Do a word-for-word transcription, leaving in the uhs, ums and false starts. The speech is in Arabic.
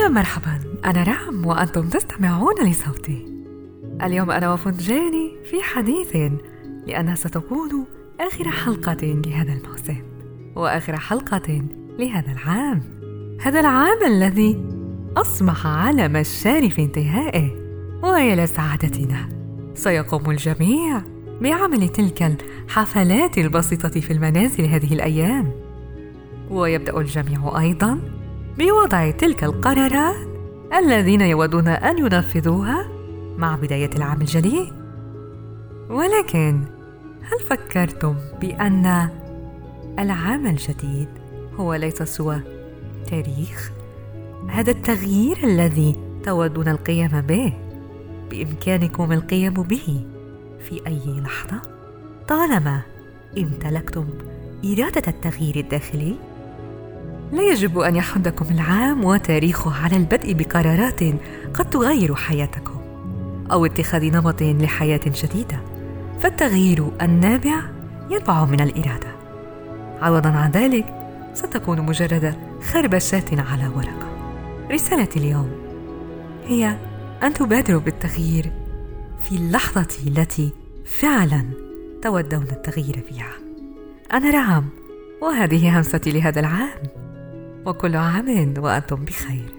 يا مرحبا، أنا رام وأنتم تستمعون لصوتي. اليوم أنا وفنجاني في حديث، لأنها ستكون آخر حلقة لهذا الموسم وآخر حلقة لهذا العام، هذا العام الذي أصبح على مشارف انتهائه. وإلى سعادتنا سيقوم الجميع بعمل تلك الحفلات البسيطة في المنازل هذه الأيام، ويبدأ الجميع أيضا بوضع تلك القرارات الذين يودون أن ينفذوها مع بداية العام الجديد. ولكن هل فكرتم بأن العام الجديد هو ليس سوى تاريخ؟ هذا التغيير الذي تودون القيام به بإمكانكم القيام به في أي لحظة طالما امتلكتم إرادة التغيير الداخلي. لا يجب أن يحدكم العام وتاريخه على البدء بقرارات قد تغير حياتكم أو اتخاذ نمط لحياة جديدة، فالتغيير النابع ينبع من الإرادة. عوضاً عن ذلك ستكون مجرد خربشات على ورقة. رسالتي اليوم هي أن تبادروا بالتغيير في اللحظة التي فعلاً تودون التغيير فيها. أنا رام، وهذه همستي لهذا العام، وكل عام وأنتم بخير.